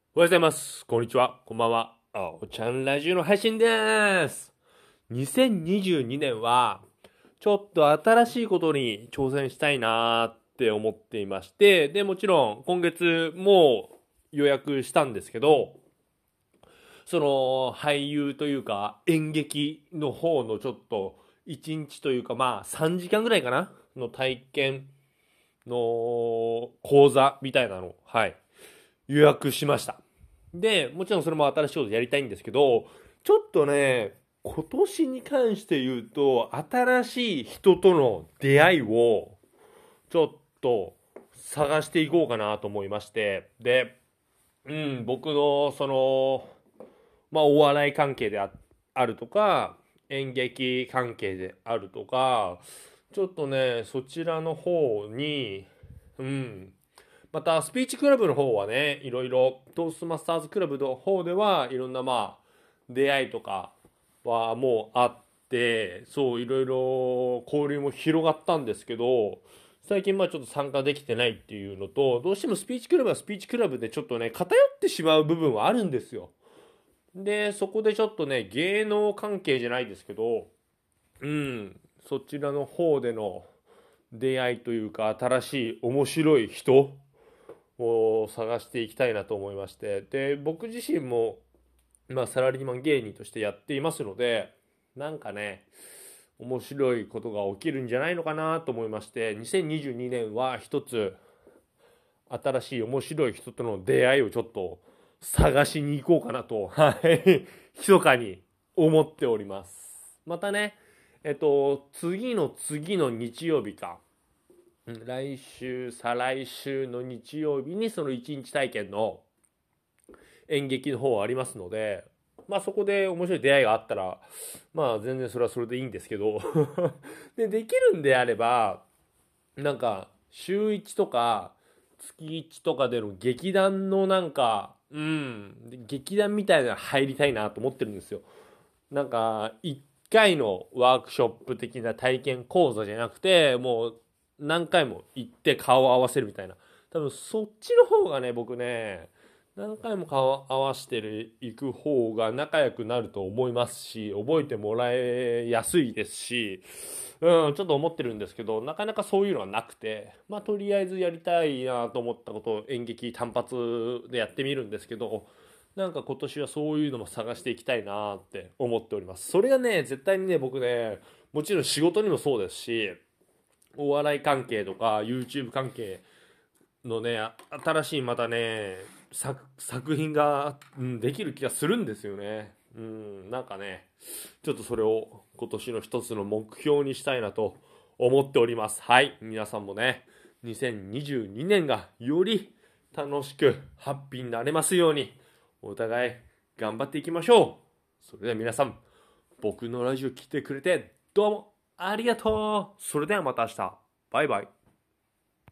おはようございます。こんにちは。こんばんは。おちゃんラジオの配信です。2022年は、ちょっと新しいことに挑戦したいなーって思っていまして、で、もちろん今月もう予約したんですけど、その俳優というか演劇の方のちょっと1日というかまあ3時間ぐらいかなの体験の講座みたいなの、はい、予約しました。で、もちろんそれも新しいことやりたいんですけど、ちょっとね、今年に関して言うと、新しい人との出会いを、ちょっと探していこうかなと思いまして、で、僕の、お笑い関係であるとか、演劇関係であるとか、ちょっとね、そちらの方に、うん、また、スピーチクラブの方はね、いろいろ、トーストマスターズクラブの方では、いろんな出会いとかはもうあって、そう、いろいろ交流も広がったんですけど、最近ちょっと参加できてないっていうのと、どうしてもスピーチクラブはスピーチクラブでちょっとね、偏ってしまう部分はあるんですよ。で、そこでちょっとね、芸能関係じゃないですけど、そちらの方での出会いというか、新しい面白い人を探していきたいなと思いまして、で僕自身も、サラリーマン芸人としてやっていますので、なんかね、面白いことが起きるんじゃないのかなと思いまして、2022年は一つ新しい面白い人との出会いをちょっと探しに行こうかなと、はい、密かに思っております。またね、次の次の日曜日か、来週、再来週の日曜日にその一日体験の演劇の方ありますので、そこで面白い出会いがあったら、全然それはそれでいいんですけどできるんであれば、なんか週1とか月1とかでの劇団の劇団みたいなの入りたいなと思ってるんですよ。なんか1回のワークショップ的な体験講座じゃなくて、もう何回も行って顔を合わせるみたいな、多分そっちの方がね、僕ね、何回も顔を合わせていく方が仲良くなると思いますし、覚えてもらえやすいですし、ちょっと思ってるんですけど、なかなかそういうのはなくて、とりあえずやりたいなと思ったことを演劇単発でやってみるんですけど、なんか今年はそういうのも探していきたいなって思っております。それがね、絶対にね、僕ね、もちろん仕事にもそうですし、お笑い関係とか YouTube 関係のね、新しいまたね、作品が、できる気がするんですよね。なんかね、ちょっとそれを今年の一つの目標にしたいなと思っております。はい、皆さんもね、2022年がより楽しくハッピーになれますように、お互い頑張っていきましょう。それでは皆さん、僕のラジオ来てくれてどうもありがとう。それではまた明日。バイバイ。